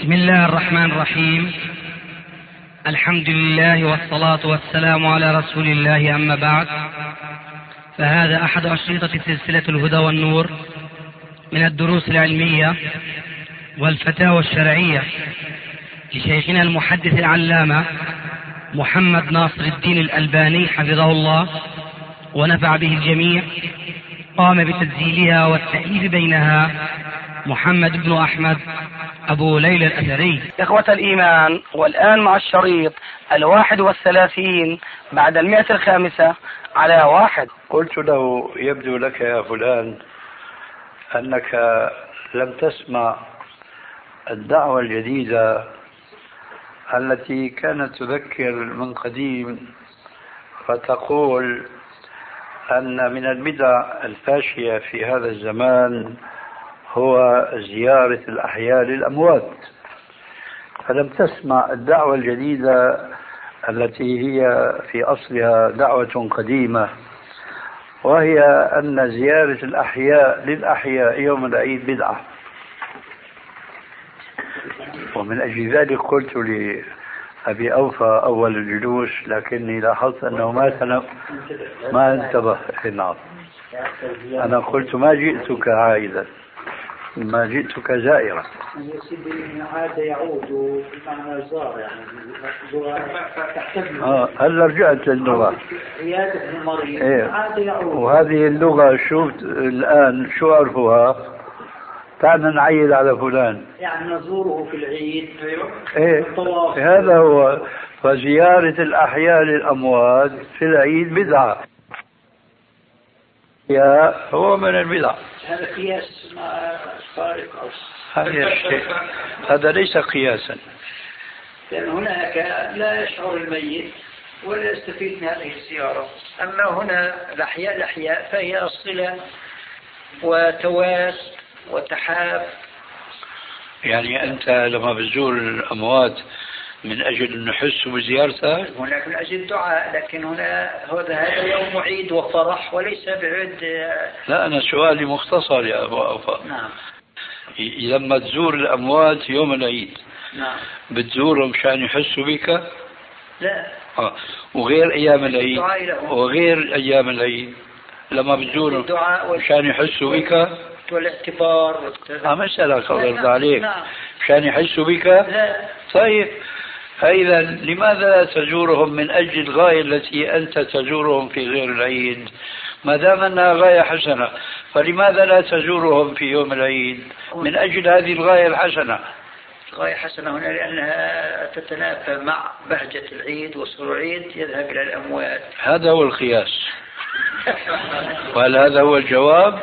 بسم الله الرحمن الرحيم. الحمد لله والصلاة والسلام على رسول الله، أما بعد، فهذا أحد أشرطة سلسلة الهدى والنور من الدروس العلمية والفتاوى الشرعية لشيخنا المحدث العلامة محمد ناصر الدين الألباني حفظه الله ونفع به الجميع. قام بتسجيلها والتأليف بينها محمد بن أحمد أبو ليلى الأثري. إخوة الإيمان، والآن مع الشريط 31 بعد 105 على 1. قلت له: يبدو لك يا فلان أنك لم تسمع الدعوة الجديدة التي كانت تذكر من قديم فتقول أن من البدع الفاشية في هذا الزمان هو زيارة الأحياء للأموات، فلم تسمع الدعوة الجديدة التي هي في أصلها دعوة قديمة، وهي أن زيارة الأحياء للأحياء يوم العيد بدعة. ومن أجل ذلك قلت لأبي أوفى أول الجلوس، لكني لاحظت أنه ما انتبه. نعم، أنا قلت ما جئتك عائدا، ما جئتك زائرا. عاد يعود بمعنى زار، يعني هلا رجعت للغة عيادة المريض. عاد يعود. وهذه اللغة شو الآن شو عرفوها؟ تعال نعيد على فلان، يعني نزوره في العيد. هذا هو. فزيارة الأحياء للأموات في العيد بدعة، هو من البدع. هذا قياس فارق هذا ليس قياسا، لأن هناك لا يشعر الميت ولا يستفيد من هذه الزيارة. أما هنا الأحياء فهي صلة وتواس وتحاب. يعني أنت لما بتزور الأموات من أجل أن نحسوا بزيارتها؟ هناك من أجل الدعاء، لكن هنا هذا يوم عيد وفرح وليس بعد. لا، أنا سؤالي مختصر يا أبو أوفى. نعم. لما تزور الأموات يوم العيد، نعم، بتزورهم مشان يحسوا بك؟ لا. وغير أيام العيد، وغير أيام العيد لما بتزورهم مشان يحسوا بك والاعتبار مسألة قدرت عليك. نعم. مشان يحسوا بك؟ لا. طيب، إذا لماذا لا تزورهم من أجل الغاية التي أنت تزورهم في غير العيد؟ ما دام أنها غاية حسنة، فلماذا لا تزورهم في يوم العيد من أجل هذه الغاية الحسنة؟ غاية حسنة هنا لأنها تتنافى مع بهجة العيد وسرور العيد، يذهب إلى الأموات. هذا هو القياس. وهل هذا هو الجواب؟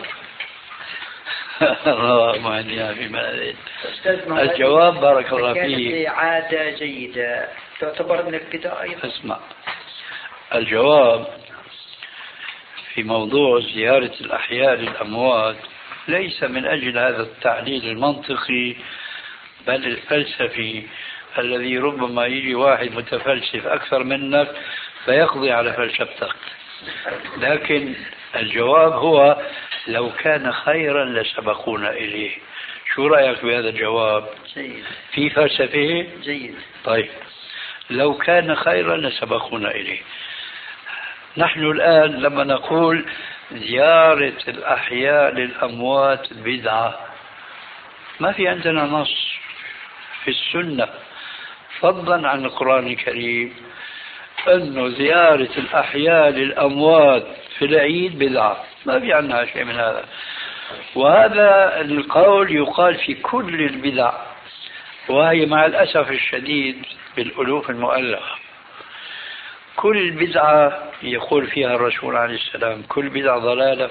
الجواب بارك الله فيك. عادة جيدة تعتبر من البدع أيضا. اسمع، الجواب في موضوع زيارة الأحياء للأموات ليس من أجل هذا التعليل المنطقي بل الفلسفي الذي ربما يجي واحد متفلسف أكثر منك فيقضي على فلسفتك، لكن الجواب هو لو كان خيرا لسبقونا إليه. شو رأيك بهذا الجواب؟ جيد. في فلسفة؟ جيد. طيب، لو كان خيرا لسبقونا إليه. نحن الآن لما نقول زيارة الأحياء للأموات بدعة، ما في عندنا نص في السنة فضلا عن القرآن الكريم أنه زيارة الأحياء للأموات في العيد بدعة، ما في عنها شيء من هذا. وهذا القول يقال في كل البدع، وهي مع الأسف الشديد بالألوف المؤلفة. كل بدعة يقول فيها الرسول عليه السلام كل بدعة ضلالة.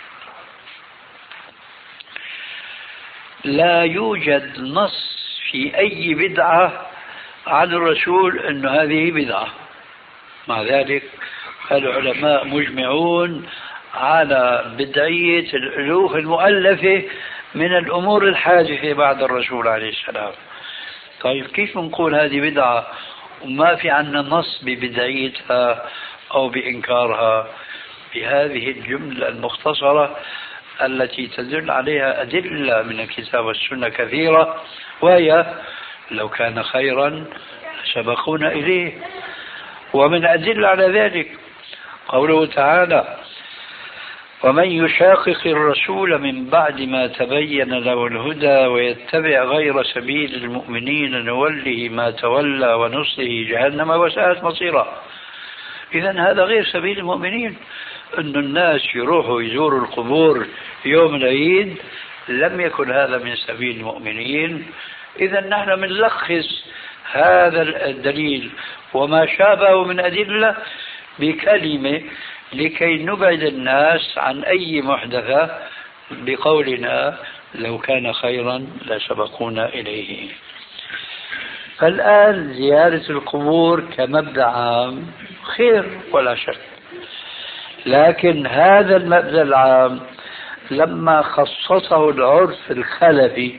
لا يوجد نص في أي بدعة عن الرسول أن هذه بدعة. مع ذلك العلماء مجمعون على بدعية الألوف المؤلفة من الأمور الحادثة بعد الرسول عليه السلام. طيب، كيف نقول هذه بدعة وما في عنا نص ببدعيتها أو بإنكارها؟ بهذه الجملة المختصرة التي تدل عليها أدلة من الكتاب والسنة كثيرة، وهي لو كان خيرا سبقونا إليه. ومن أدلة على ذلك قوله تعالى: ومن يشاقق الرسول من بعد ما تبين له الهدى ويتبع غير سبيل المؤمنين نوله ما تولى ونصله جهنم وساءت مصيرا. إذن هذا غير سبيل المؤمنين. أن الناس يروحوا يزوروا القبور يوم العيد لم يكن هذا من سبيل المؤمنين. إذن نحن بنلخص هذا الدليل وما شابه من أدلة بكلمة لكي نبعد الناس عن أي محدثة بقولنا لو كان خيرا لسبقونا إليه. فالآن زيارة القبور كمبدأ عام خير ولا شك، لكن هذا المبدأ العام لما خصصه العرف الخلفي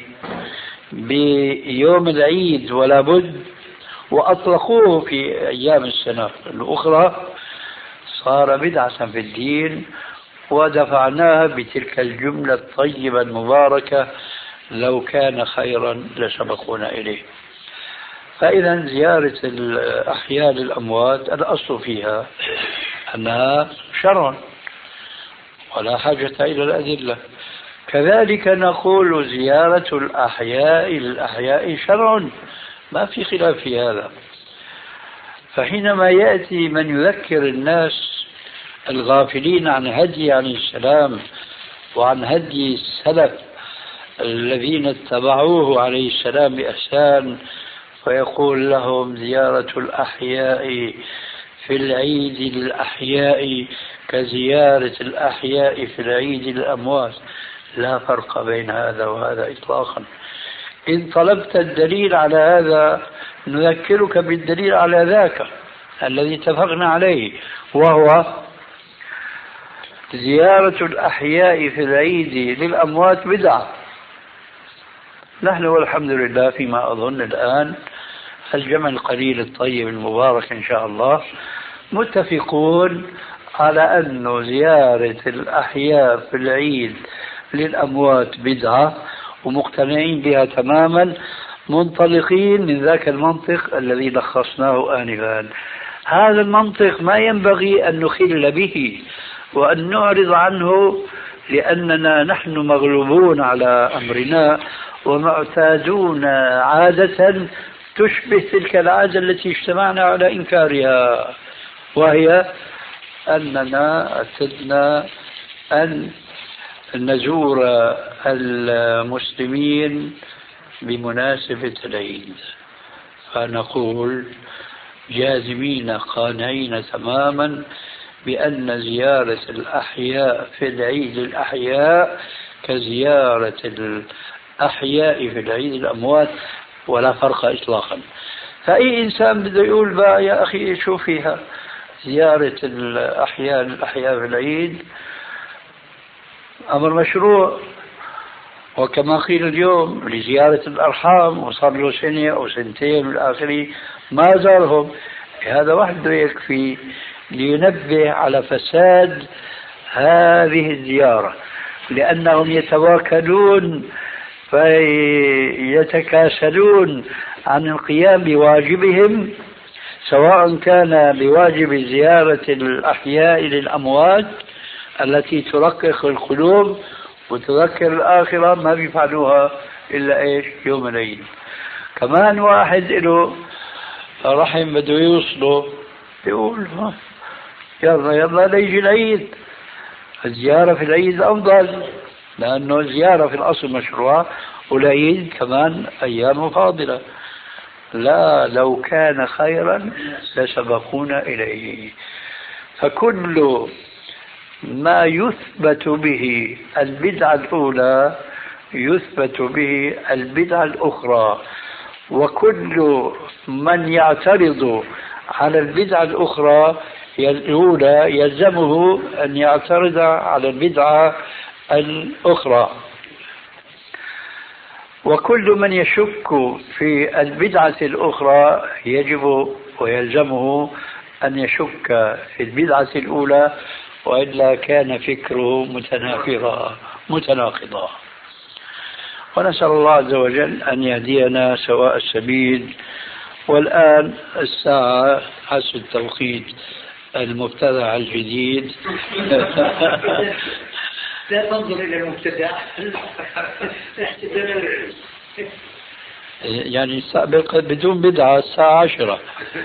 بيوم العيد ولا بد وأطلقوه في أيام السنة الأخرى صار بدعة في الدين، ودفعناها بتلك الجملة الطيبة المباركة: لو كان خيرا لسبقونا إليه. فإذا زيارة الأحياء للأموات الأصل فيها أنها شرع ولا حاجة إلى الأدلة. كذلك نقول زيارة الأحياء للأحياء شرع، ما في خلاف في هذا. فحينما يأتي من يذكر الناس الغافلين عن هدي عليه السلام وعن هدي السلف الذين اتبعوه عليه السلام بإحسان فيقول لهم: زيارة الأحياء في العيد للأحياء كزيارة الأحياء في العيد للأموات، لا فرق بين هذا وهذا إطلاقا. إن طلبت الدليل على هذا نذكرك بالدليل على ذاك الذي اتفقنا عليه، وهو زيارة الأحياء في العيد للأموات بدعة. نحن والحمد لله فيما أظن الآن الجمع القليل الطيب المبارك إن شاء الله متفقون على أن زيارة الأحياء في العيد للأموات بدعة، ومقتنعين بها تماما، منطلقين من ذاك المنطق الذي لخصناه آنفا. هذا المنطق ما ينبغي أن نخل به وأن نعرض عنه، لأننا نحن مغلوبون على أمرنا ومعتادون عادة تشبه تلك العادة التي اجتمعنا على إنكارها، وهي أننا اعتدنا أن نزور المسلمين بمناسبة العيد، فنقول جازمين قانعين تماما بأن زيارة الأحياء في العيد الأحياء كزيارة الأحياء في العيد الأموات ولا فرق إطلاقا. فأي إنسان بده يقول بقى يا أخي شو فيها زيارة الأحياء في العيد أمر مشروع، وكما قيل اليوم لزيارة الأرحام وصار له سنة أو سنتين والآخر ما زارهم، هذا وحده يكفي لينبه على فساد هذه الزيارة، لأنهم يتواكلون فيتكاسلون عن القيام بواجبهم، سواء كان بواجب زيارة الأحياء للأموات التي ترقق القلوب وتذكر الآخرة، ما بيفعلوها إلا إيش يوم العيد. كمان واحد له رحم بده يوصله يقول يلا ليجي العيد. الزيارة في العيد أفضل، لأنه الزيارة في الأصل مشروع، والعيد كمان أيام فاضلة. لا، لو كان خيرا لسبقونا إليه. فكل ما يثبت به البدعة الأولى يثبت به البدعة الأخرى، وكل من يعترض على البدعة الأخرى الأولى يلزمه أن يعترض على البدعة الأخرى، وكل من يشك في البدعة الأخرى يجب ويلزمه أن يشك في البدعة الأولى، وإلا كان فكره متناقضا. ونسأل الله عز وجل أن يهدينا سواء السبيل. والآن الساعة حسب التوقيت المبتدع الجديد. لا تنظر إلى المبتدع. يعني السابق بدون بدعة الساعة 10.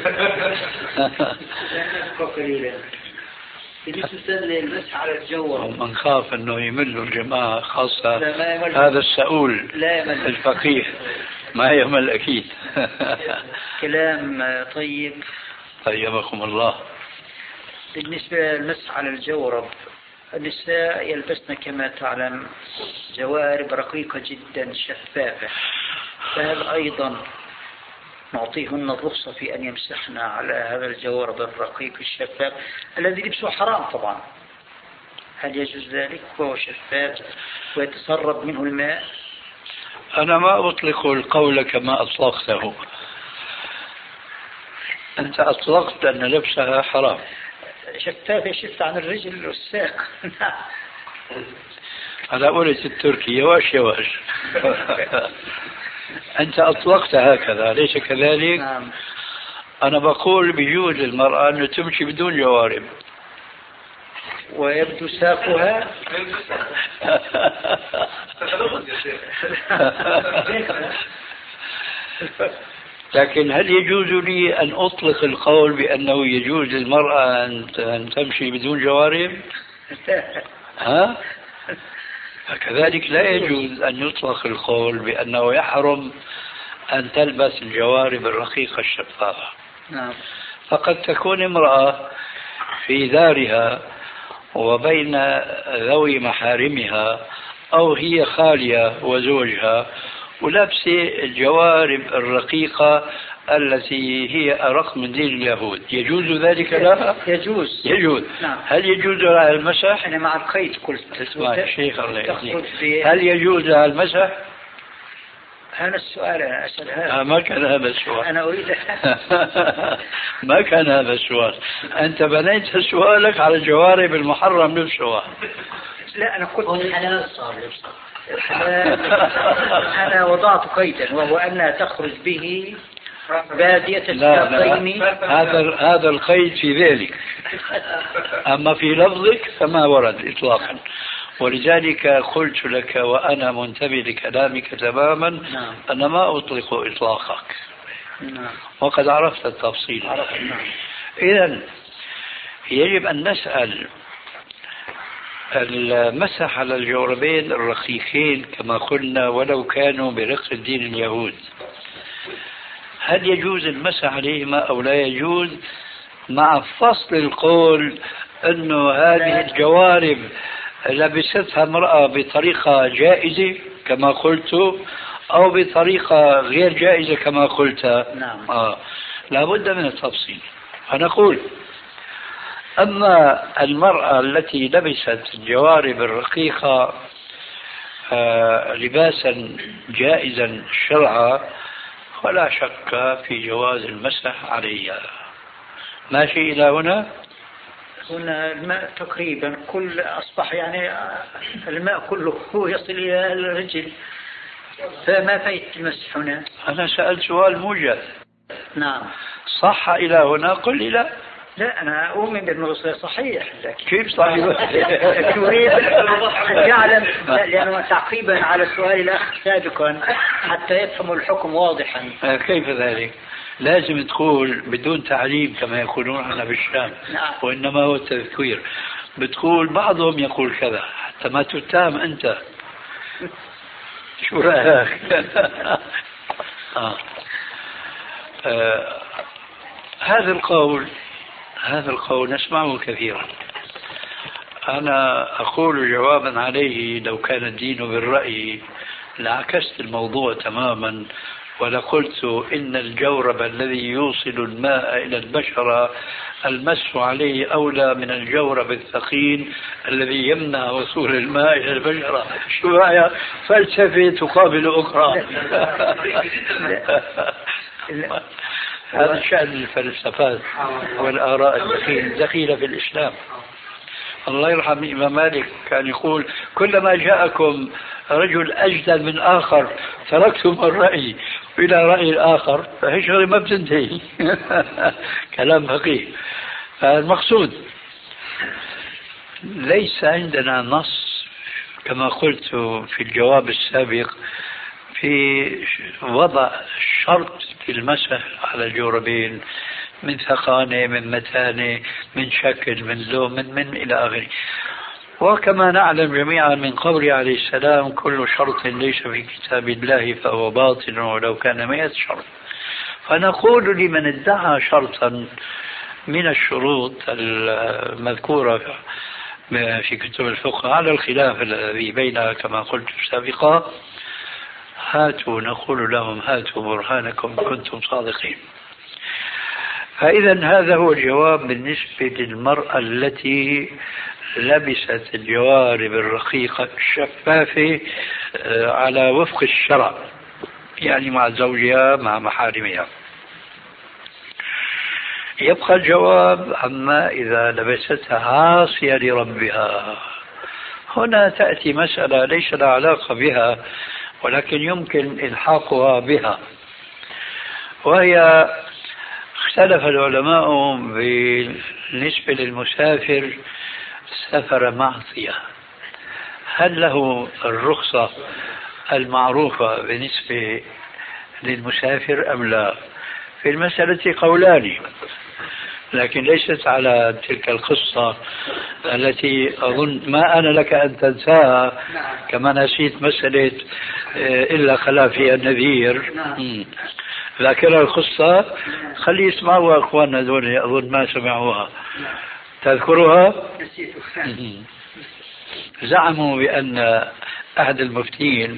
المسح على الجو من خاف أنه يمل الجماعة خاصة هذا السؤول الفقيه ما يمل أكيد. كلام طيب. طيبكم الله. بالنسبة للمسح على الجورب، النساء يلبسن كما تعلم جوارب رقيقة جدا شفافة، فهل أيضا نعطيهن الرخصة في أن يمسحن على هذا الجورب الرقيق الشفاف الذي لبسه حرام طبعا؟ هل يجوز ذلك وهو شفاف ويتسرب منه الماء؟ أنا ما أطلق القول كما أطلقته. أنت أطلقت أن لبسها حرام. شفاف يشف عن الرجل والساق. على قولة التركي يواش يواش. أنت أطلقت هكذا ليس كذلك؟ نعم. أنا بقول بيجوز المرأة أن تمشي بدون جوارب ويبدو ساقها. لكن هل يجوز لي أن أطلق القول بأنه يجوز للمرأة أن تمشي بدون جوارب؟ ها؟ كذلك لا يجوز أن يطلق القول بأنه يحرم أن تلبس الجوارب الرقيقة الشفافة. نعم. فقد تكون امرأة في دارها وبين ذوي محارمها أو هي خالية وزوجها ولبسة الجوارب الرقيقة التي هي أرق من دين اليهود، يجوز ذلك لها؟ يجوز. نعم. هل يجوز لها المسح؟ أنا مع القيد قلت. اسمع الشيخ الله يهديك، هل يجوز لها المسح؟ هذا السؤال أنا أسأل هذا. ما كان هذا السؤال. أنا أريد. ما كان هذا السؤال. أنت بنيت سؤالك على الجوارب المحرم لبسها. لا أنا قلت الحلال صار لبسها. أنا وضعت قيدا وهو أنها تخرج به بادية الساقين. هذا القيد في ذلك، أما في لفظك فما ورد إطلاقا. ولذلك قلت لك وأنا منتبه لكلامك تماما. نعم. أنا ما أطلق إطلاقك. نعم. وقد عرفت التفصيل. نعم. إذن يجب أن نسأل المسح على الجوربين الرقيقين كما قلنا ولو كانوا برق الدين اليهود، هل يجوز المسح عليهما أو لا يجوز، مع فصل القول أنه هذه الجوارب لبستها امرأة بطريقة جائزة كما قلت أو بطريقة غير جائزة كما قلت. نعم. لابد من التفصيل. فنقول أما المرأة التي لبست الجوارب الرقيقة لباسا جائزا شرعا فلا شك في جواز المسح عليها. ماشي إلى هنا؟ هنا الماء تقريبا كل أصبح يعني الماء كله هو يصل إلى الرجل، فما فايدة المسح هنا؟ أنا سألت سؤال موجز. نعم. صح إلى هنا؟ قل لي لا. لا أنا أؤمن بأنه صحيح. كيف صحيح؟ أريد أن يعلم، لأنه تعقيبا على سؤال الأخ سابقا حتى يفهموا الحكم واضحا. كيف ذلك؟ لازم تقول بدون تعليم كما يقولون عنا بالشام. نعم. وإنما هو التذكير. بتقول بعضهم يقول كذا حتى ما تتهم أنت. شو رأيك؟ هذا القول نسمعه كثيرا. أنا أقول جوابا عليه لو كان الدين بالرأي لعكست الموضوع تماما ولقلت إن الجورب الذي يوصل الماء إلى البشرة المس عليه أولى من الجورب الثقيل الذي يمنع وصول الماء إلى البشرة. شو رأيك؟ فلسفة تقابل أخرى. هذا شأن الفلسفات والآراء الدخيلة في الإسلام. الله يرحم الإمام مالك كان يقول كلما جاءكم رجل أجدل من آخر تركتم الرأي إلى رأي الآخر فهي شغلة ما بتنتهي. كلام فقيه. المقصود ليس عندنا نص كما قلت في الجواب السابق في وضع شرط في المسح على الجوربين من ثقانة من متانة من شكل من لون من إلى آخره. وكما نعلم جميعا من قول عليه السلام كل شرط ليس في كتاب الله فهو باطل ولو كان 100 شرط. فنقول لمن ادعى شرطا من الشروط المذكورة في كتب الفقه على الخلاف الذي بينها كما قلت سابقا هاتوا نقول لهم هاتوا برهانكم كنتم صادقين. فإذا هذا هو الجواب بالنسبة للمرأة التي لبست الجوارب الرقيقة الشفافة على وفق الشرع يعني مع زوجها مع محارمها. يبقى الجواب عما إذا لبستها عاصية لربها. هنا تأتي مسألة ليس لها علاقة بها ولكن يمكن إلحاقها بها، وهي اختلف العلماء بالنسبة للمسافر سفر معصية هل له الرخصة المعروفة بالنسبة للمسافر أم لا؟ في المسألة قولان لكن ليست على تلك القصة التي أظن ما أنا لك أن تنساها كما نسيت مسألة إلا خلا فيها النذير. ذاكرة القصة خلي يسمعوها أخواننا دول أظن ما سمعوها. تذكرها؟ زعموا بأن أحد المفتين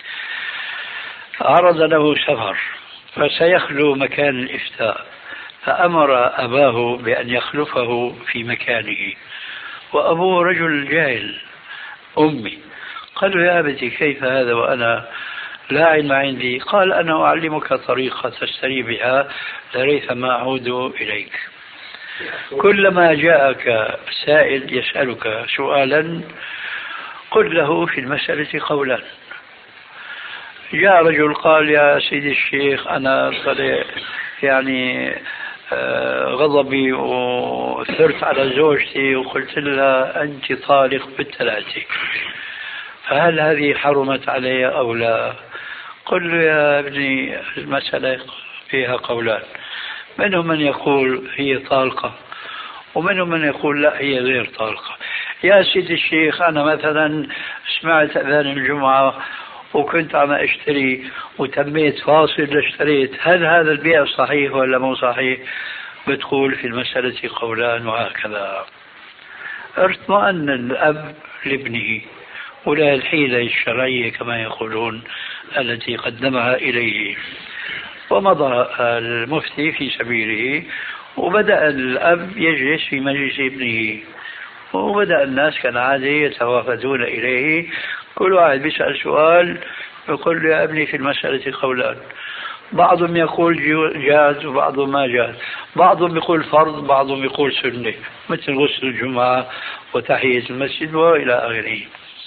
عرض له سفر فسيخلو مكان الإفتاء فأمر أباه بأن يخلفه في مكانه وأبوه رجل جاهل أمي. قال له يا أبتي كيف هذا وأنا لا علم عندي؟ قال أنا أعلمك طريقة تستري بها لريثما أعود إليك. كلما جاءك سائل يسألك سؤالا قل له في المسألة قولا. جاء رجل قال يا سيدي الشيخ أنا يعني غضبي وثرت على زوجتي وقلت لها أنت طالق بالثلاثة فهل هذه حرمت علي أو لا؟ قل له يا ابني المسألة فيها قولان، منهم من يقول هي طالقة ومنهم من يقول لا هي غير طالقة. يا سيدي الشيخ أنا مثلا سمعت أذان الجمعة وكنت عم أشتري وتميت فاصل لاشتريت، هل هذا البيع صحيح ولا مو صحيح؟ بتقول في المسألة قولان وهكذا. اطمأن الأب لابنه ولا الحيلة الشرعية كما يقولون التي قدمها إليه. ومضى المفتي في سبيله وبدأ الأب يجلس في مجلس ابنه وبدأ الناس كالعادة يتوافدون إليه كل واحد بيسأل سؤال يقول له يا ابني في المسألة قولان، بعضهم يقول جاز وبعضهم ما جاز، بعضهم يقول فرض بعضهم يقول سنة مثل غسل الجمعة وتحية المسجد وإلى آخره.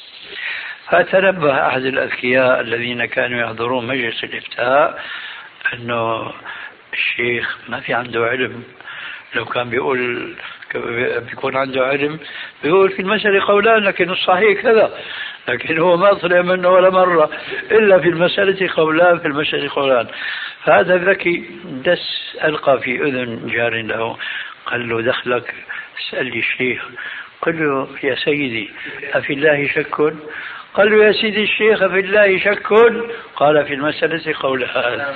فتنبه أحد الأذكياء الذين كانوا يحضرون مجلس الإفتاء أنه الشيخ ما في عنده علم، لو كان بيكون عنده علم بيقول في المسألة قولان لكن الصحيح كذا، لكن هو ما طلع منه ولا مرة إلا في المسألة قولان في المسألة قولان. فهذا الذكي دس ألقى في أذن جار له قال له دخلك اسأل لي الشيخ. قال له يا سيدي أفي الله شك؟ قال له يا سيدي الشيخ أفي الله شك؟ قال في المسألة قولان.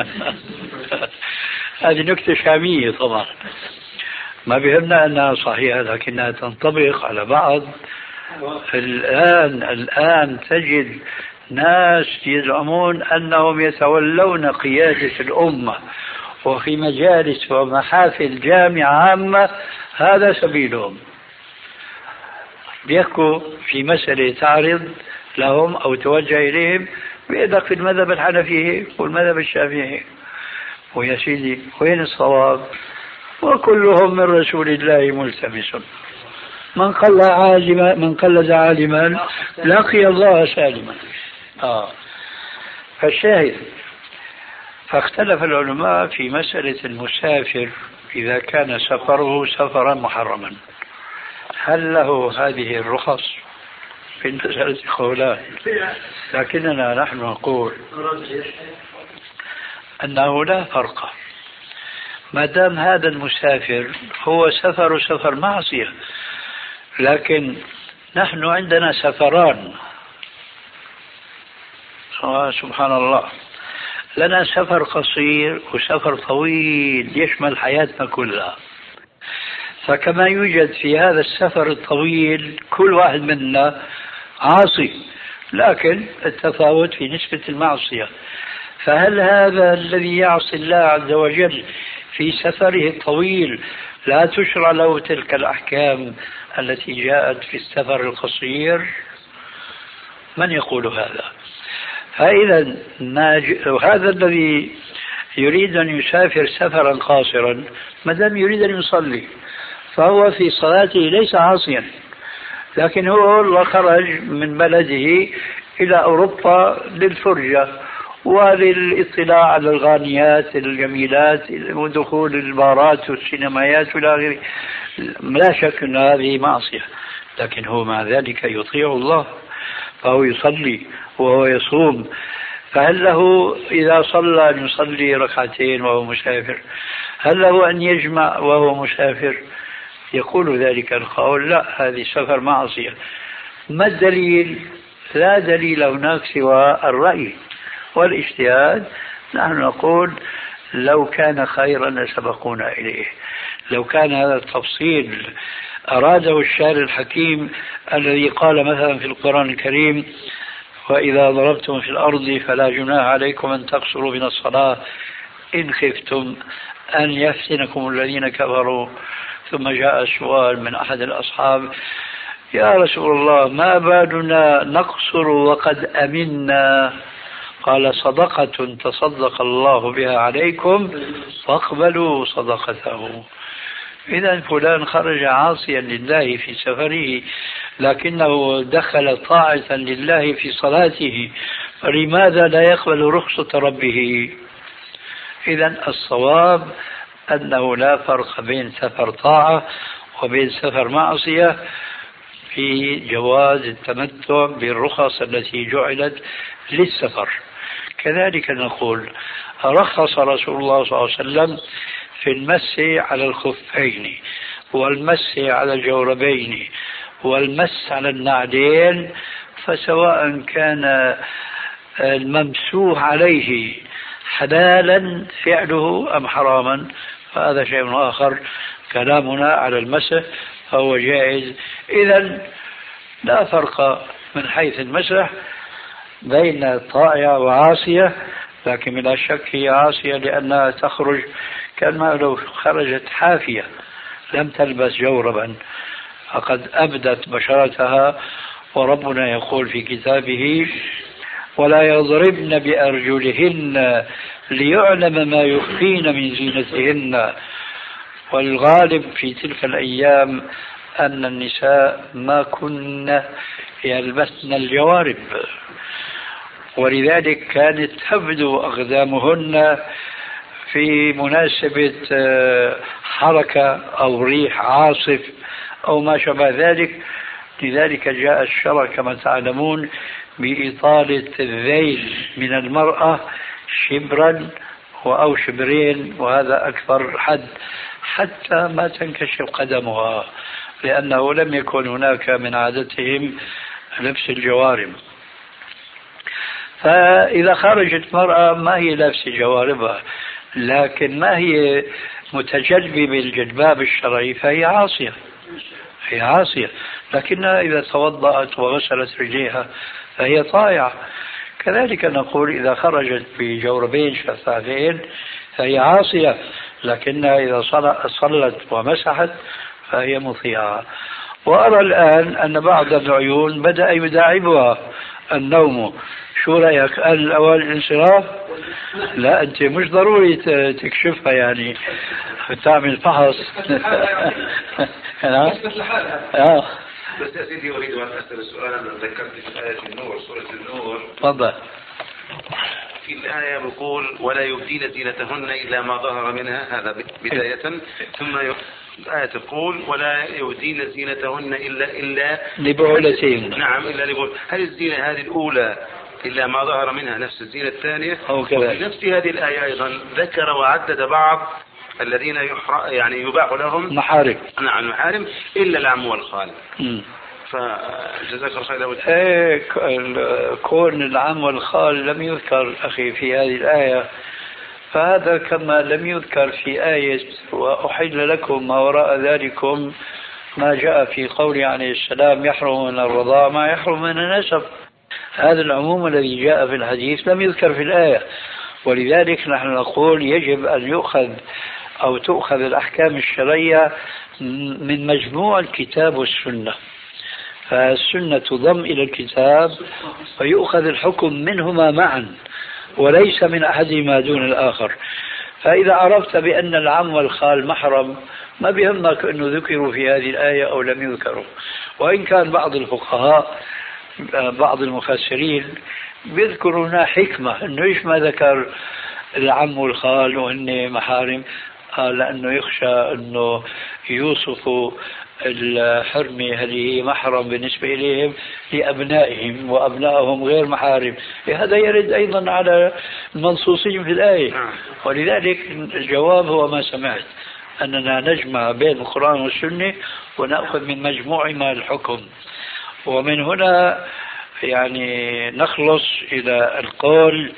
هذه نكتة شامية طبعا ما بيهمنا أنها صحيحة لكنها تنطبق على بعض. الآن تجد ناس يزعمون أنهم يتولون قيادة الأمة وفي مجالس ومحافل جامعة عامة هذا سبيلهم. بيحكوا في مسألة تعرض لهم أو توجه إليهم بيدك في المذهب الحنفي والمذهب الشافعي ويا سيدي وين الصواب؟ وكلهم من رسول الله ملتمس. من قلد عالما لقي الله سالما. فالشاهد، فاختلف العلماء في مسألة المسافر إذا كان سفره سفرا محرما، هل له هذه الرخص في مسألة قولان، لكننا نحن نقول أنه لا فرق ما دام هذا المسافر هو سفر معصية. لكن نحن عندنا سفران، سبحان الله، لنا سفر قصير وسفر طويل يشمل حياتنا كلها. فكما يوجد في هذا السفر الطويل كل واحد منا عاصي، لكن التفاوت في نسبة المعصية. فهل هذا الذي يعصي الله عز وجل في سفره الطويل لا تشرع له تلك الأحكام التي جاءت في السفر القصير؟ من يقول هذا؟ فإذا هذا الذي يريد أن يسافر سفرا قاصرا ما دام يريد أن يصلي فهو في صلاته ليس عاصيا، لكن هو خرج من بلده إلى أوروبا للفرجة وللاطلاع على الغانيات الجميلات ودخول البارات والسينمايات إلى آخره. لا شك أن هذه معصية، لكن هو مع ذلك يطيع الله، فهو يصلي وهو يصوم. فهل له إذا صلى أن يصلي ركعتين وهو مسافر؟ هل له أن يجمع وهو مسافر؟ يقول ذلك القول لا، هذه سفر معصية. ما الدليل؟ لا دليل هناك سوى الرأي والاجتهاد. نحن نقول لو كان خيرا لسبقونا إليه. لو كان هذا التفصيل أراده الشارع الحكيم الذي قال مثلا في القرآن الكريم وإذا ضربتم في الأرض فلا جناح عليكم أن تقصروا من الصلاة إن خفتم أن يفتنكم الذين كفروا. ثم جاء سؤال من أحد الأصحاب: يا رسول الله ما بالنا نقصر وقد أمنا؟ قال: صدقة تصدق الله بها عليكم فاقبلوا صدقته. إذا فلان خرج عاصيا لله في سفره لكنه دخل طاعة لله في صلاته، فلماذا لا يقبل رخصة ربه؟ إذا الصواب أنه لا فرق بين سفر طاعة وبين سفر معصية في جواز التمتع بالرخص التي جعلت للسفر. كذلك نقول رخص رسول الله صلى الله عليه وسلم في المس على الخفين والمس على الجوربين والمس على النعلين، فسواء كان الممسوح عليه حلالا فعله أم حراما فهذا شيء آخر. كلامنا على المسح فهو جائز. إذن لا فرق من حيث المسح بين طائعة وعاصية، لكن بلا شك هي عاصية لأنها تخرج كما لو خرجت حافية لم تلبس جوربا فقد أبدت بشرتها. وربنا يقول في كتابه: ولا يضربن بأرجلهن ليعلم ما يخفين من زينتهن. والغالب في تلك الأيام أن النساء ما كن يلبسن الجوارب، ولذلك كانت تبدو أقدامهن في مناسبة حركة أو ريح عاصف أو ما شابه ذلك. لذلك جاء الشرع كما تعلمون بإطالة الذيل من المرأة شبرا أو شبرين، وهذا أكثر حد، حتى ما تنكشف قدمها، لأنه لم يكن هناك من عادتهم لبس الجوارب. فإذا خرجت مرأة ما هي لابسة جواربها لكن ما هي متجلبة بالجلباب الشرعي فهي عاصية، هي عاصية. لكنها إذا توضأت وغسلت رجليها فهي طائعة. كذلك نقول إذا خرجت بجوربين شفافين فهي عاصية، لكنها إذا صلت ومسحت فهي مطيعة. وأرى الآن أن بعض العيون بدأ يداعبها النوم. شو رأيك؟ الأول الانصراف؟ لا أنت مش ضروري تكشفها، يعني تعمل فحص مثل حالها. بس يا سيدي أريد أن أسأل سؤالا ذكرت في آية النور، سورة النور. تفضل. في الآية بقول ولا يبدين زينتهن إلا ما ظهر منها، هذا بداية. ثم الآية تقول ولا يبدين زينتهن إلا لبعولتهن. نعم إلا لبعولتهن. هل الزينة هذه الأولى إلا ما ظهر منها نفس الزينة الثانية؟ وفي نفس هذه الآية أيضا ذكر وعدد بعض الذين يعني يباح لهم محارم. نعم محارم إلا العم والخال. فجزاك الله خير. كون العم والخال لم يذكر أخي في هذه الآية، فهذا كما لم يذكر في آية وأحل لكم ما وراء ذلكم ما جاء في قول عليه السلام يحرم من الرضاع ما يحرم من النسب. هذا العموم الذي جاء في الحديث لم يذكر في الآية، ولذلك نحن نقول يجب أن يؤخذ أو تؤخذ الأحكام الشرعية من مجموع الكتاب والسنة، فالسنة تضم إلى الكتاب ويؤخذ الحكم منهما معا وليس من أحدهما دون الآخر. فإذا عرفت بأن العم والخال محرم ما بيهمك أنه ذكروا في هذه الآية أو لم يذكروا، وإن كان بعض الفقهاء بعض المفسرين بيذكرون حكمة أنه إيش ما ذكر العم والخال وهن محارم، لأنه يخشى أنه يوصفوا الحرمة هذه محرم بالنسبة إليهم لأبنائهم وأبنائهم غير محارم. هذا يرد أيضا على المنصوصين في الآية، ولذلك الجواب هو ما سمعت، أننا نجمع بين القرآن والسنة ونأخذ من مجموعهما الحكم. ومن هنا يعني نخلص إلى القول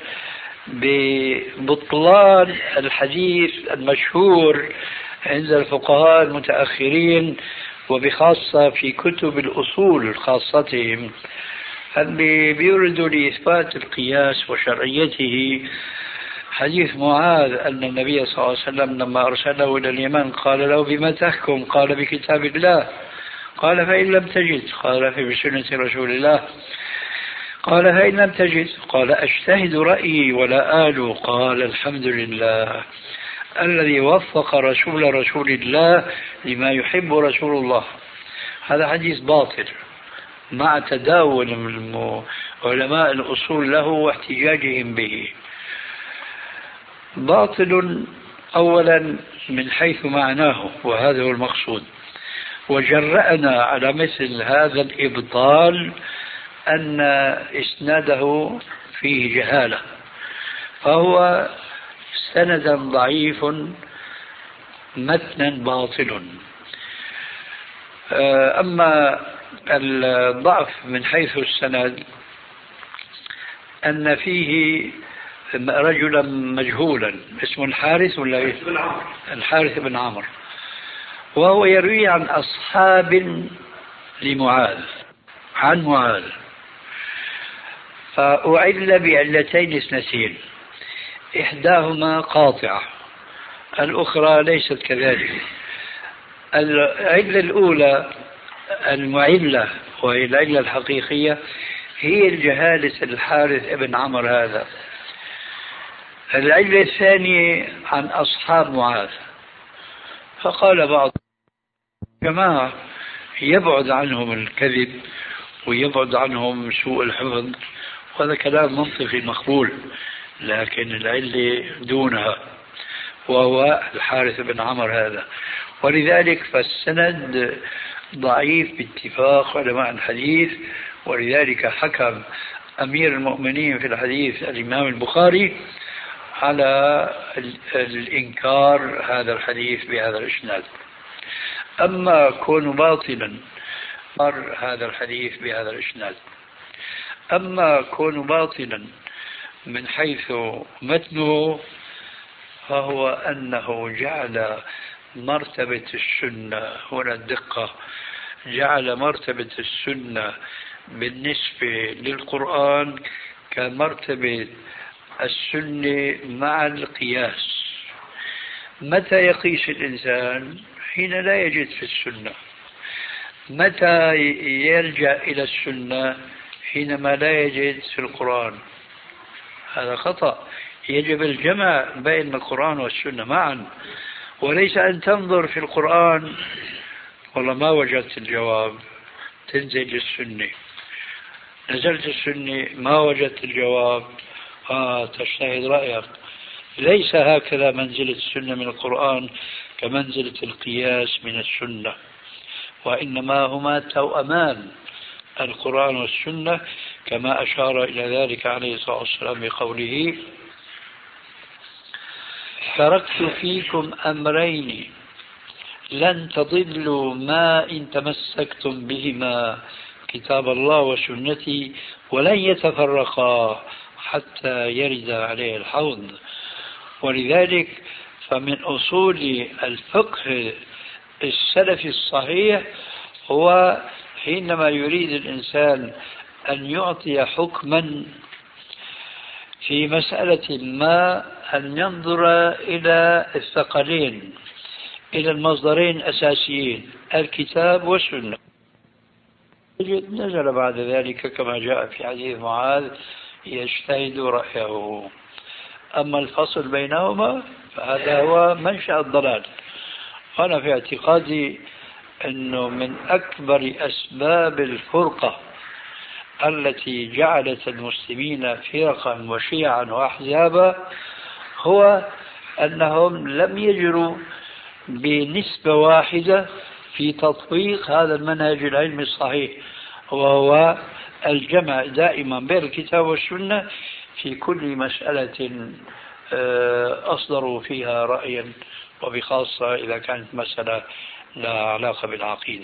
ببطلان الحديث المشهور عند الفقهاء المتأخرين وبخاصة في كتب الأصول خاصتهم، اللي بيوردوا لإثبات القياس وشرعيته حديث معاذ أن النبي صلى الله عليه وسلم لما أرسله إلى اليمن قال له بما تحكم؟ قال بكتاب الله. قال فإن لم تجد؟ قال في بسنة رسول الله. قال فإن لم تجد؟ قال أجتهد رأيي ولا آل. قال الحمد لله الذي وفق رسول الله لما يحب رسول الله. هذا حديث باطل مع تداول علماء الأصول له واحتجاجهم به. باطل أولا من حيث معناه، وهذا هو المقصود، وجرأنا على مثل هذا الإبطال أن إسناده فيه جهالة، فهو سندا ضعيف متنا باطل. أما الضعف من حيث السند أن فيه رجلا مجهولا اسمه الحارث ولا الحارث بن عمرو، وهو يروي عن أصحاب لمعاذ عن معاذ، فأعل بعلتين اثنتين، إحداهما قاطعة الأخرى ليست كذلك. العلة الأولى المعلة وهي العلة الحقيقية هي الجهالة الحارث بن عمرو هذا. العلة الثانية عن أصحاب معاذ، فقال بعض جماعة يبعد عنهم الكذب ويبعد عنهم سوء الحفظ، وهذا كلام منطقي مقبول، لكن العلة دونها وهو الحارث بن عمرو هذا. ولذلك فالسند ضعيف باتفاق علماء الحديث، ولذلك حكم أمير المؤمنين في الحديث الإمام البخاري على الإنكار هذا الحديث بهذا الإسناد. أما كون باطلا هذا الحديث بهذا الإسناد، أما كون باطلا من حيث متنه فهو أنه جعل مرتبة السنة، هنا الدقة، جعل مرتبة السنة بالنسبة للقرآن كمرتبة السنة مع القياس. متى يقيس الإنسان؟ حين لا يجد في السنة. متى يلجأ إلى السنة؟ حينما لا يجد في القرآن. هذا خطأ. يجب الجمع بين القرآن والسنة معا، وليس أن تنظر في القرآن والله ما وجدت الجواب تنزل السنة، نزلت السنة ما وجدت الجواب تجتهد رأيك. ليس هكذا منزلة السنة من القرآن كمنزلة القياس من السنة، وإنما هما توأمان القرآن والسنة، كما أشار إلى ذلك عليه الصلاة والسلام بقوله: تركت فيكم أمرين لن تضلوا ما إن تمسكتم بهما، كتاب الله وسنتي، ولن يتفرقا حتى يرد عليه الحوض. ولذلك فمن أصول الفقه السلفي الصحيح هو حينما يريد الإنسان أن يعطي حكما في مسألة ما أن ينظر إلى الثقلين، إلى المصدرين الأساسيين الكتاب والسنة. نزل بعد ذلك كما جاء في حديث معاذ: يجتهد رأيه. أما الفصل بينهما فهذا هو منشأ الضلال. أنا في اعتقادي أنه من أكبر أسباب الفرقة التي جعلت المسلمين فرقا وشيعا وأحزابا هو أنهم لم يجروا بنسبة واحدة في تطبيق هذا المنهج العلمي الصحيح، وهو الجمع دائما بين الكتاب والسنة في كل مسألة أصدروا فيها رأيا، وبخاصة إذا كانت مسألة لها علاقة بالعقيدة.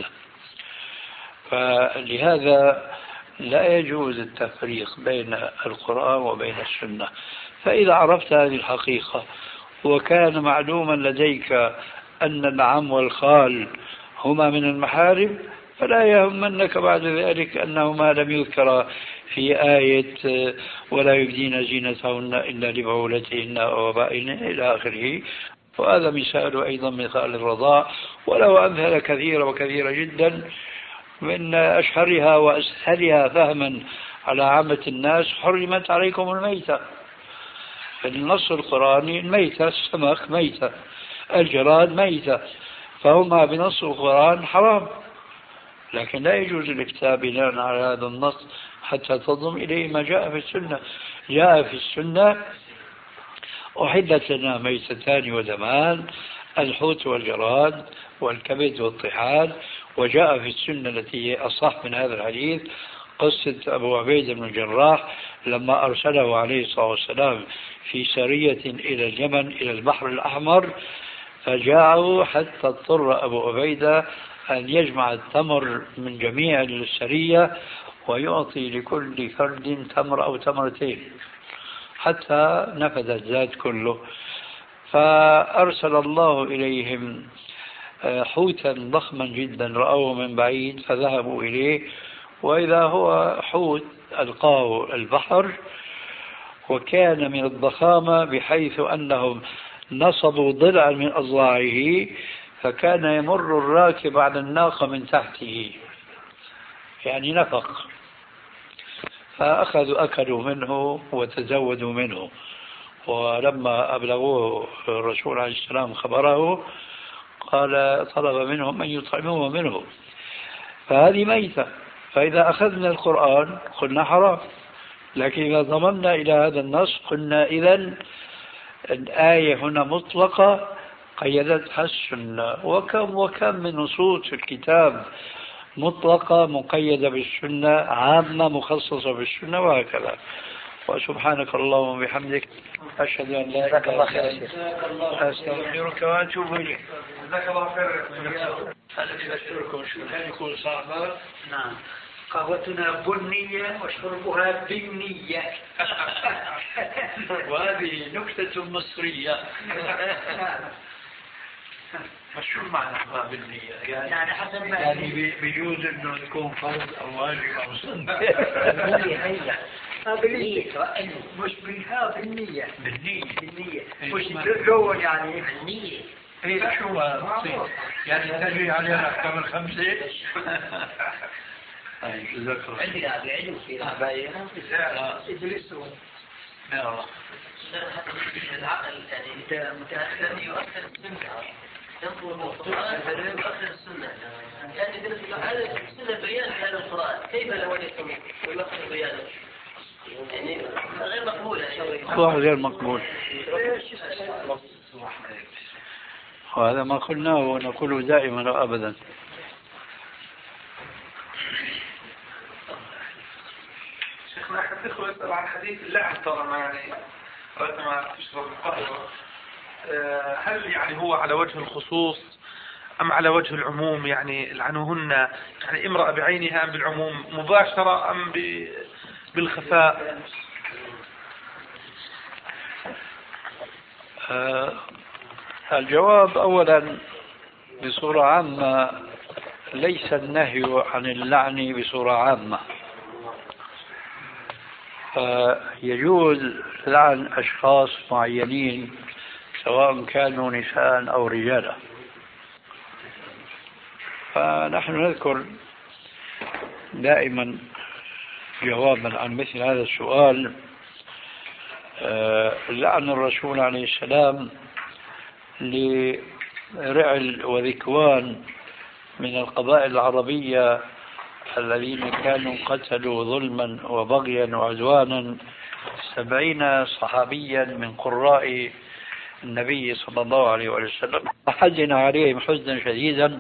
فلهذا لا يجوز التفريق بين القرآن وبين السنة. فإذا عرفت هذه الحقيقة وكان معلوما لديك أن العم والخال هما من المحارم، فلا يهمنك بعد ذلك أنهما لم يذكر في آية ولا يبدين زينتهن إلا لبعولتهن أو آبائهن إلى آخره. وهذا مثال أيضا مثال الرضاع، وله أمثلة كثيرة وكثيرة جدا، من أشهرها وأسهلها فهما على عامة الناس: حرمت عليكم الميتة. النص القرآني: الميتة، السمك ميتة، الجراد ميتة، فهما بنص القرآن حرام، لكن لا يجوز الإفتاء بناء على هذا النص حتى تضم إليه ما جاء في السنة. جاء في السنة: أحلت لنا ميتتان ودمان، الحوت والجراد والكبد والطحال. وجاء في السنة التي هي أصح من هذا الحديث قصة أبو عبيدة بن الجراح لما أرسله عليه الصلاة والسلام في سرية إلى اليمن إلى البحر الأحمر، فجاءوا حتى اضطر أبو عبيدة أن يجمع التمر من جميع السرية ويعطي لكل فرد تمر أو تمرتين حتى نفذ الزاد كله. فأرسل الله إليهم حوتا ضخما جدا رأوه من بعيد، فذهبوا إليه وإذا هو حوت ألقاه البحر، وكان من الضخامة بحيث أنهم نصبوا ضلعا من أضلاعه، فكان يمر الراكب على الناقة من تحته، يعني نفق. فأخذوا أكلوا منه وتزودوا منه، ولما أبلغوه الرسول عليه السلام خبره قال طلب منهم أن يطعموه منه. فهذه ميتة. فإذا أخذنا القرآن قلنا حرام، لكن إذا ضممنا إلى هذا النص قلنا إذن الآية هنا مطلقة قيدتها السنة. وكم من نصوص الكتاب مطلقة مقيدة بالسنة، عامة مخصصة بالسنة، وهكذا. وسبحانك اللهم وبحمدك أشهد أن لا إله إلا أنت أستغفرك وأتوب إليك. جزاك الله خير. هل أشكركم شكرا يكون صعبا؟ نعم. قهوتنا بنية وشربها بنية. وهذه نكتة مصرية. شو معنى بالنية؟ يعني حسب ما يعني بيجوز انه تكون فرض او واجب او سنة. بالنية مش بالها بالنية. بالنية مش لون يعني بالنية. ايه شو يعني تجري عليها احكام الخمسة. جزاك الله. عندي قاعد يعلم في باين. يدرسون. يا الله. العقل يعني انت متأثر يؤثر بسمك. ينقل القرآن ويؤخر السنة، يعني هذا السنة بيان هذا القرآن، كيف لو وجدتم ويؤخر بيانه؟ يعني غير مقبول هو غير مقبول، وهذا ما قلناه ونقوله دائما وأبدا. شيخنا أحد الإخوة يسأل عن حديث اللعن طالما يعني ما تشرب القهوة، هل يعني هو على وجه الخصوص أم على وجه العموم؟ يعني لعنوهن يعني امرأة بعينها أم بالعموم مباشرة أم بالخفاء؟ الجواب أولا بصورة عامة ليس النهي عن اللعن بصورة عامة، يجوز لعن أشخاص معينين سواء كانوا نساء أو رجالا. فنحن نذكر دائما جوابا عن مثل هذا السؤال لعن الرسول عليه السلام لرعل وذكوان من القبائل العربية الذين كانوا قتلوا ظلما وبغيا وعدوانا 70 صحابيا من قراء النبي صلى الله عليه وسلم، حزن عليهم حزنا شديدا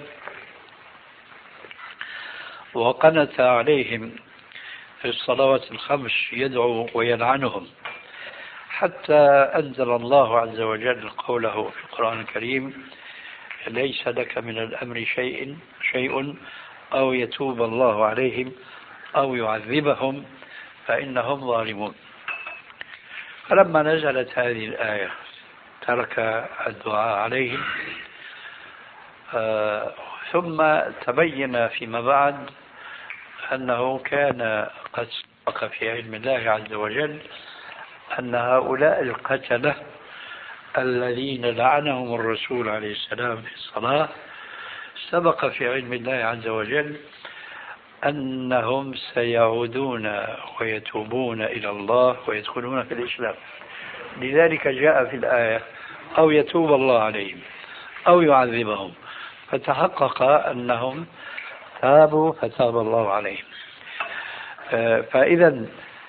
وقنت عليهم في الصلوات الخمس يدعو ويلعنهم، حتى أنزل الله عز وجل قوله في القرآن الكريم: ليس لك من الأمر شيء أو يتوب الله عليهم أو يعذبهم فإنهم ظالمون. فلما نزلت هذه الآية ترك الدعاء عليهم، ثم تبين فيما بعد أنه كان قد سبق في علم الله عز وجل أن هؤلاء القتلة الذين لعنهم الرسول عليه السلام في الصلاة سبق في علم الله عز وجل أنهم سيعودون ويتوبون إلى الله ويدخلون في الإسلام. لذلك جاء في الآية: أو يتوب الله عليهم أو يعذبهم، فتحقق أنهم تابوا فتاب الله عليهم. فإذا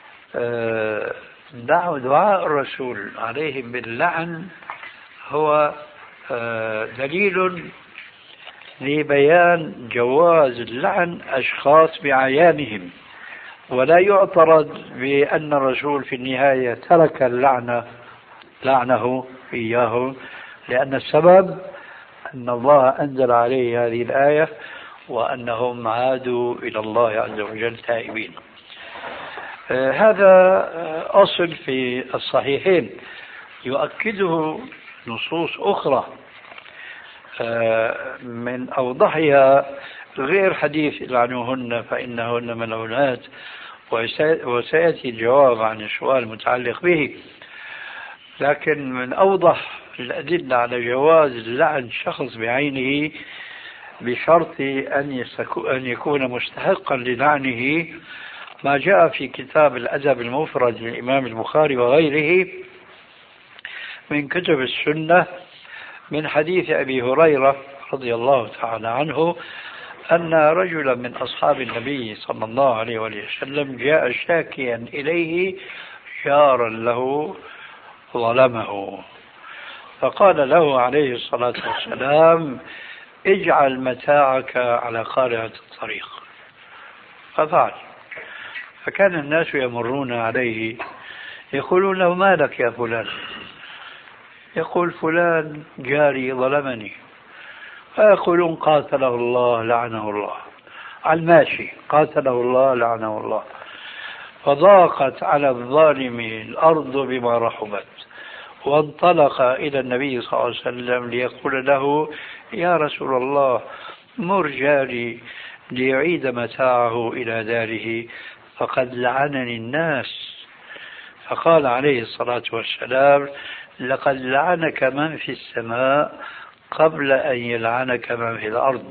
دعاء الرسول عليهم باللعن هو دليل لبيان جواز اللعن أشخاص بعيانهم، ولا يعترض بأن الرسول في النهاية ترك لعنه إياه، لأن السبب أن الله أنزل عليه هذه الآية وأنهم عادوا إلى الله عز وجل تائبين. هذا أصل في الصحيحين يؤكده نصوص أخرى، من أوضحها غير حديث لعنوهن فإنهن ملعونات، وسيأتي الجواب عن السؤال المتعلق به. لكن من أوضح الأدلة على جواز لعن شخص بعينه بشرط أن يكون مستحقا للعنه ما جاء في كتاب الأدب المفرد للإمام البخاري وغيره من كتب السنة من حديث أبي هريرة رضي الله تعالى عنه أن رجلا من أصحاب النبي صلى الله عليه وسلم جاء شاكيا إليه جارا له ظلمه، فقال له عليه الصلاة والسلام: اجعل متاعك على قارعة الطريق. ففعل، فكان الناس يمرون عليه يقولون له: ما لك يا فلان؟ يقول: فلان جاري ظلمني. فيقولون: قاتله الله لعنه الله. على الماشي: قاتله الله لعنه الله. فضاقت على الظالم الأرض بما رحبت، وانطلق إلى النبي صلى الله عليه وسلم ليقول له: يا رسول الله، مر جاري ليعيد متاعه إلى داره فقد لعنني الناس. فقال عليه الصلاة والسلام: لقد لعنك من في السماء قبل أن يلعنك من في الأرض.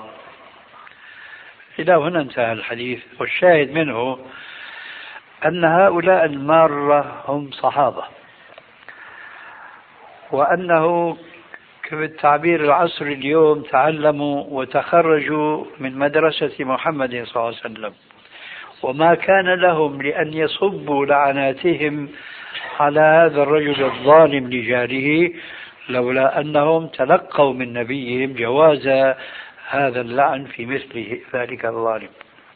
إلى هنا انتهى الحديث. والشاهد منه أن هؤلاء المارة هم صحابة، وأنه بالتعبير العصري اليوم تعلموا وتخرجوا من مدرسة محمد صلى الله عليه وسلم، وما كان لهم لأن يصبوا لعناتهم على هذا الرجل الظالم لجاره لولا أنهم تلقوا من نبيهم جواز هذا اللعن في مثل ذلك الظالم.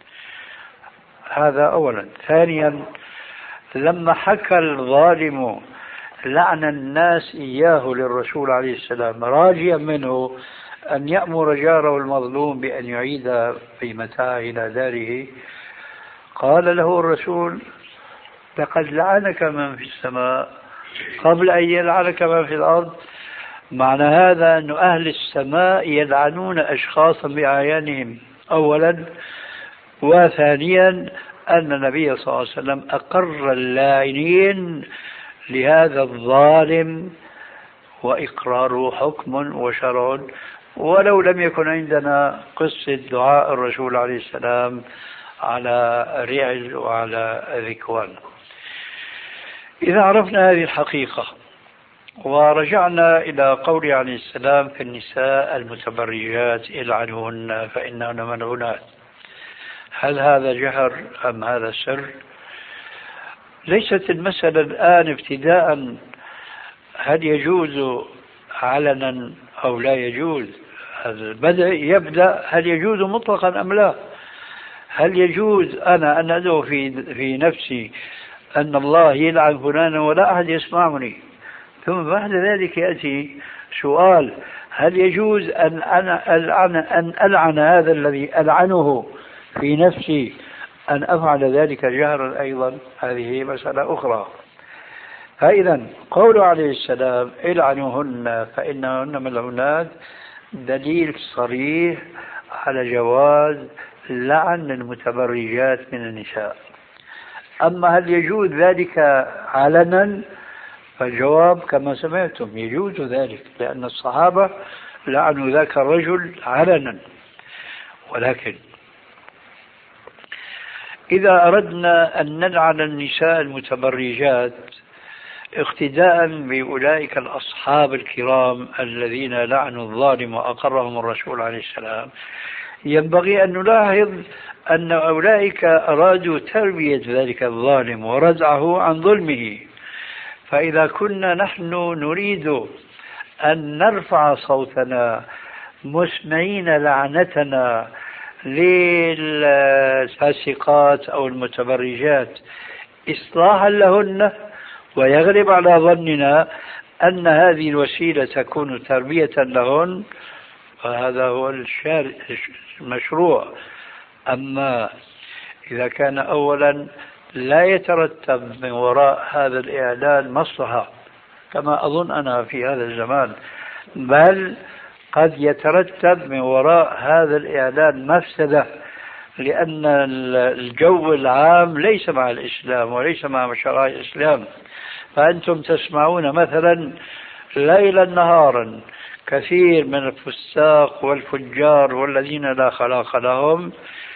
هذا أولا. ثانيا، لما حكى الظالم لعن الناس إياه للرسول عليه السلام راجيا منه أن يأمر جاره المظلوم بأن يعيد في متاعه إلى داره، قال له الرسول: لقد لعنك من في السماء قبل أن يلعنك من في الأرض. معنى هذا أن أهل السماء يلعنون أشخاصا بأعيانهم أولا، وثانيا أن النبي صلى الله عليه وسلم أقر اللاعنين لهذا الظالم، وإقراره حكم وشرع، ولو لم يكن عندنا قصة دعاء الرسول عليه السلام على رعل وعلى ذكوان. إذا عرفنا هذه الحقيقة ورجعنا إلى قول عليه السلام في النساء المتبرجات العنهن فإنهن ملعونات، هل هذا جهر أم هذا سر؟ ليست المسألة الآن ابتداء هل يجوز علنا أو لا يجوز، يبدأ هل يجوز مطلقا أم لا. هل يجوز أنا أن أدعو في نفسي أن الله يلعن فلانا ولا أحد يسمعني، ثم بعد ذلك يأتي سؤال: هل يجوز أن ألعن هذا الذي ألعنه في نفسي أن أفعل ذلك جهرا أيضا؟ هذه مسألة أخرى. فإذا قول عليه السلام: العنوهن فإنهن ملعونات، دليل صريح على جواز لعن المتبرجات من النساء. أما هل يجوز ذلك علنا؟ فالجواب كما سمعتم يجوز ذلك، لأن الصحابة لعنوا ذاك الرجل علنا. ولكن إذا أردنا أن نلعن النساء المتبرجات اقتداء بأولئك الأصحاب الكرام الذين لعنوا الظالم وأقرهم الرسول عليه السلام، ينبغي أن نلاحظ أن أولئك أرادوا تربية ذلك الظالم وردعه عن ظلمه. فإذا كنا نحن نريد أن نرفع صوتنا مسمعين لعنتنا للفاسقات أو المتبرجات إصلاحا لهن، ويغلب على ظننا أن هذه الوسيلة تكون تربية لهن، فهذا هو المشروع. أما إذا كان أولا لا يترتب من وراء هذا الإعلان مصلحة كما أظن أنا في هذا الزمان، بل قد يترتب من وراء هذا الإعلان مفسدة، لأن الجو العام ليس مع الإسلام وليس مع شرائع الإسلام. فأنتم تسمعون مثلا ليلا نهارا كثير من الفساق والفجار والذين لا خلاق لهم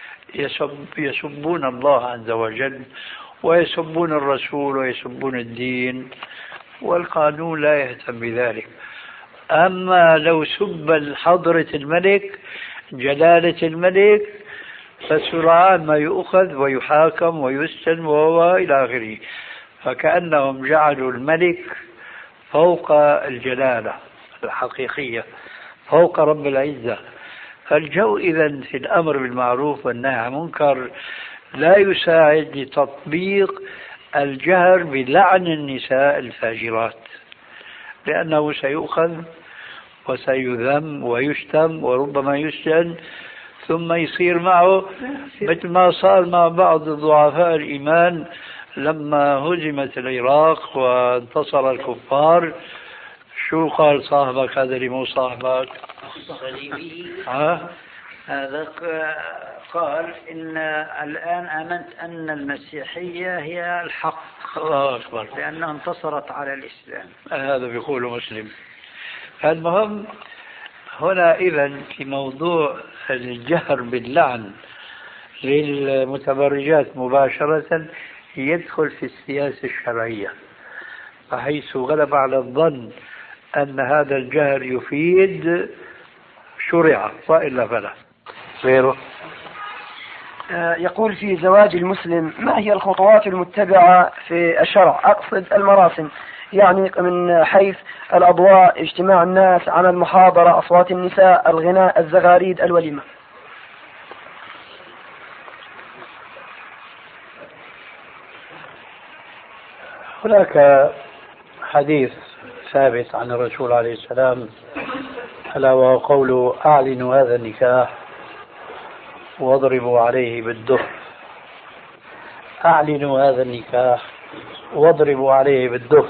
يسبون الله عز وجل ويسبون الرسول ويسبون الدين، والقانون لا يهتم بذلك. أما لو سب حضرة الملك جلالة الملك فسرعان ما يؤخذ ويحاكم ويسجن وإلى آخره، فكأنهم جعلوا الملك فوق الجلالة الحقيقية، فوق رب العزة. فالجو إذن في الأمر بالمعروف والنهي عن المنكر لا يساعد لتطبيق الجهر بلعن النساء الفاجرات، لأنه سيؤخذ وسيذم ويشتم وربما يسجن، ثم يصير معه مثل ما صار مع بعض ضعفاء الإيمان لما هزمت العراق وانتصر الكفار. شو قال صاحبك هذا اللي مو صاحبك؟ هذا قال إن الآن آمنت أن المسيحية هي الحق. الله أكبر. لأنها انتصرت على الإسلام. هذا بيقوله مسلم. المهم هنا إذن في موضوع الجهر باللعن للمتبرجات مباشرة يدخل في السياسة الشرعية، فحيث غلب على الظن أن هذا الجهل يفيد شرع، وإلا فلا. غيره يقول في زواج المسلم ما هي الخطوات المتبعة في الشرع؟ أقصد المراسم، يعني من حيث الأضواء، اجتماع الناس، عمل محاضرة، أصوات النساء، الغناء، الزغاريد، الوليمة. هناك حديث ثابت عن الرسول عليه السلام ألا وهو قوله: أعلنوا هذا النكاح واضربوا عليه بالدف. أعلنوا هذا النكاح واضربوا عليه بالدف.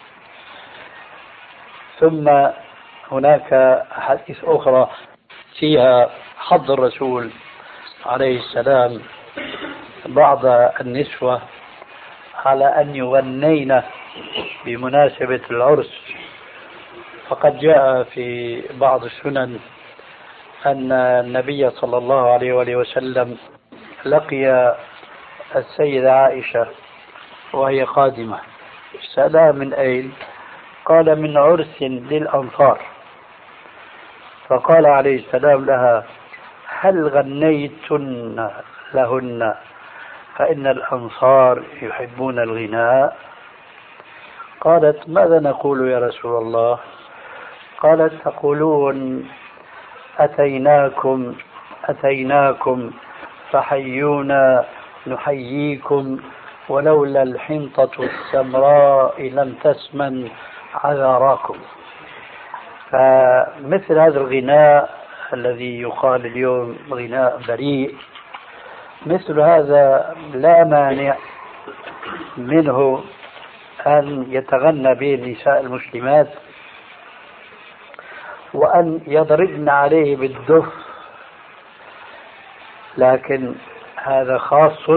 ثم هناك حديث أخرى فيها حض الرسول عليه السلام بعض النسوة على أن يغنين بمناسبة العرس. فقد جاء في بعض السنن أن النبي صلى الله عليه وآله وسلم لقي السيدة عائشة وهي قادمة، سألها: من أين؟ قال: من عرس للأنصار. فقال عليه السلام لها: هل غنيتن لهن؟ فإن الأنصار يحبون الغناء. قالت: ماذا نقول يا رسول الله؟ قالت: تقولون: أتيناكم فحيونا نحييكم، ولولا الحنطة السمراء لم تسمن عذاراكم. فمثل هذا الغناء الذي يقال اليوم غناء بريء، مثل هذا لا مانع منه أن يتغنى به النساء المسلمات وأن يضربن عليه بالدف، لكن هذا خاص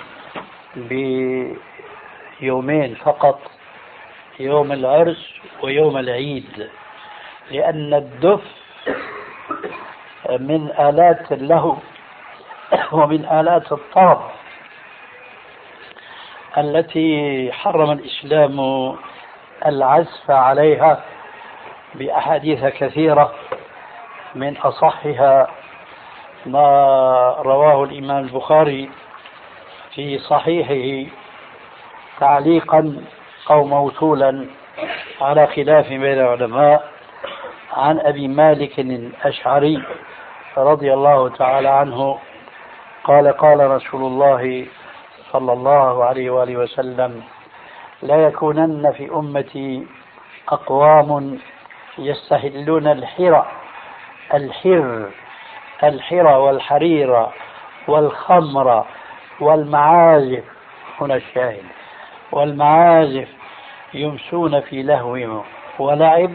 بيومين فقط، يوم العرس ويوم العيد، لأن الدف من آلات اللهو ومن آلات الطرب التي حرم الإسلام العزف عليها بأحاديث كثيرة، من أصحها ما رواه الإمام البخاري في صحيحه تعليقا أو موصولا على خلاف بين العلماء عن أبي مالك الأشعري رضي الله تعالى عنه قال: قال رسول الله صلى الله عليه وآله وسلم: لا يكونن في أمتي أقوام يستهلون الحر والحرير والخمر والمعازف، هنا الشاهد، والمعازف، يمسون في لهو ولعب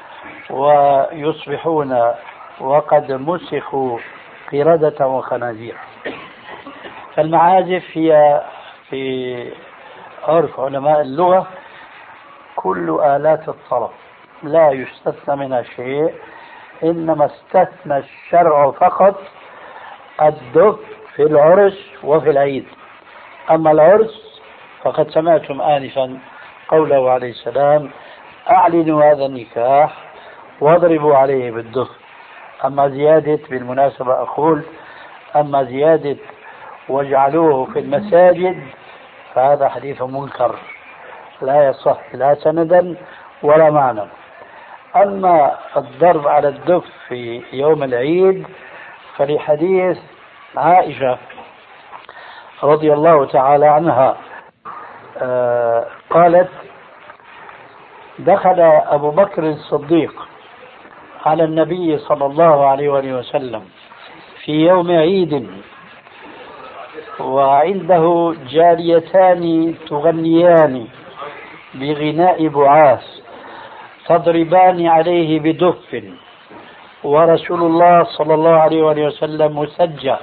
ويصبحون وقد مسخوا قردة وخنازير. فالمعازف هي في عرف علماء اللغة كل آلات الطرب، لا يستثنى منها شيء، إنما استثنى الشرع فقط الدف في العرس وفي العيد. أما العرس فقد سمعتم آنفا قوله عليه السلام: أعلنوا هذا النكاح واضربوا عليه بالدف. أما زيادة، بالمناسبة أقول، أما زيادة واجعلوه في المساجد فهذا حديث منكر لا يصح لا سندا ولا معنى. أما الضرب على الدف في يوم العيد فلحديث عائشة رضي الله تعالى عنها قالت: دخل أبو بكر الصديق على النبي صلى الله عليه وسلم في يوم عيد وعنده جاريتان تغنيان بغناء بعاث تضربان عليه بدف، ورسول الله صلى الله عليه وسلم مسجى.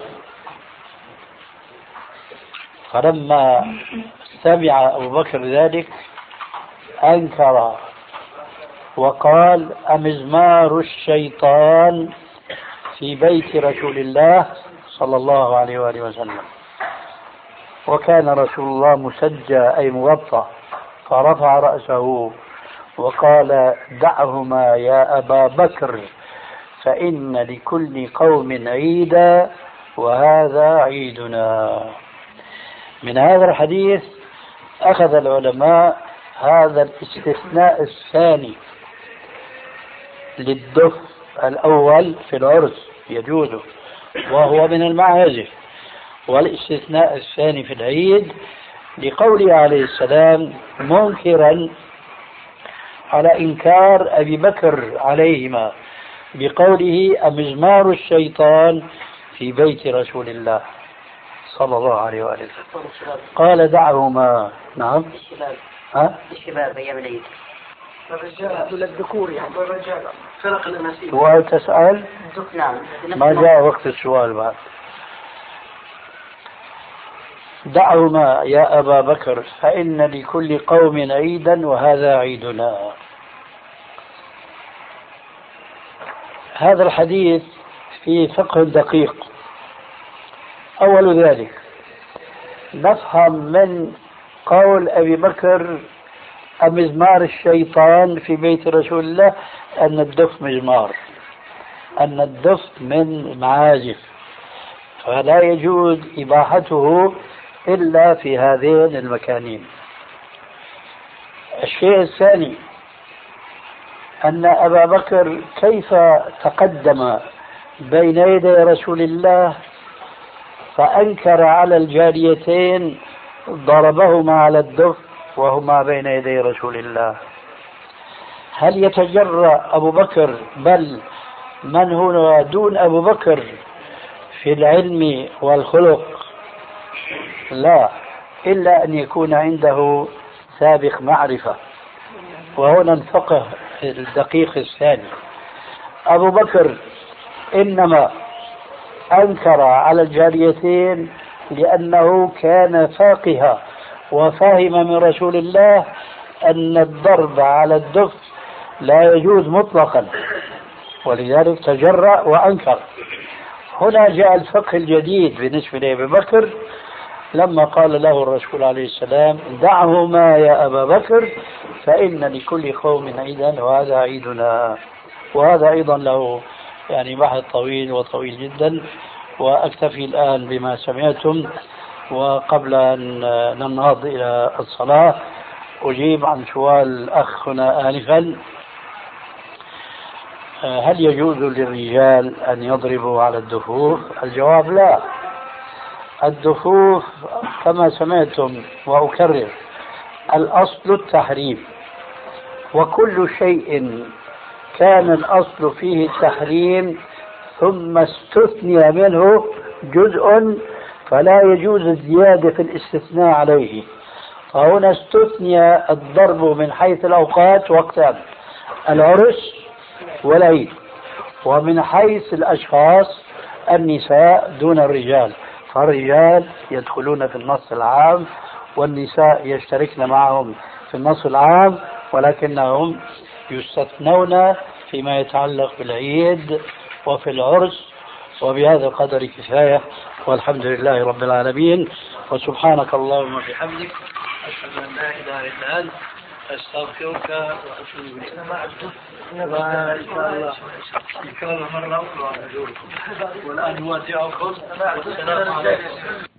فلما سمع أبو بكر ذلك أنكر وقال: أمزمار الشيطان في بيت رسول الله صلى الله عليه وسلم. وكان رسول الله مسجى أي مغطى، فرفع رأسه وقال دعهما يا أبا بكر فإن لكل قوم عيدا وهذا عيدنا. من هذا الحديث أخذ العلماء هذا الاستثناء الثاني للدف الأول في العرس يجوز وهو من المعازف، والاستثناء الثاني في العيد لقوله عليه السلام منكرا على إنكار أبي بكر عليهما بقوله أمزمار الشيطان في بيت رسول الله صلى الله عليه وآله وسلم. قال دعهما. نعم الشباب أيام العيد الرجال الذكور يعني الرجال فرق النسيب. سؤال تسأل؟ نعم ما جاء وقت السؤال بعد. دعهما يا أبا بكر فإن لكل قوم عيدا وهذا عيدنا. هذا الحديث فيه فقه دقيق. أول ذلك نفهم من قول أبي بكر مزمار الشيطان في بيت رسول الله أن الدف مزمار، أن الدف من معازف، فلا يجوز إباحته إلا في هذين المكانين. الشيء الثاني أن أبا بكر كيف تقدم بين يدي رسول الله فأنكر على الجاريتين ضربهما على الدف وهما بين يدي رسول الله؟ هل يتجرأ أبو بكر بل من هو دون أبو بكر في العلم والخلق؟ لا، إلا أن يكون عنده سابق معرفة. وهنا الفقه الدقيق الثاني، أبو بكر إنما أنكر على الجاريتين لأنه كان فاقها وفهم من رسول الله أن الضرب على الدف لا يجوز مطلقا، ولذلك تجرأ وأنكر. هنا جاء الفقه الجديد بالنسبة لأبي بكر لما قال له الرسول عليه السلام دعهما يا أبا بكر فإن لكل قوم عيدا وهذا عيدنا. وهذا أيضا له يعني بحث طويل وطويل جدا، وأكتفي الآن بما سمعتم. وقبل أن ننهض إلى الصلاة أجيب عن سؤال الأخ هنا آنفا: هل يجوز للرجال أن يضربوا على الدفوف؟ الجواب لا. الدفوف كما سمعتم وأكرر الأصل التحريم، وكل شيء كان الأصل فيه التحريم ثم استثني منه جزء فلا يجوز الزيادة في الاستثناء عليه. فهنا استثني الضرب من حيث الأوقات وقتان: العرس والعيد، ومن حيث الأشخاص النساء دون الرجال، فالرجال يدخلون في النص العام والنساء يشتركن معهم في النص العام، ولكنهم يستثنون فيما يتعلق بالعيد وفي العرس. وبهذا القدر كفاية، والحمد لله رب العالمين، وسبحانك اللهم وبحمدك أشهد أن لا إله إلا أنت أستغفرك وأتوب إليك. إن شاء الله مرة أخرى أزوركم والآن نودعكم والسلام عليكم.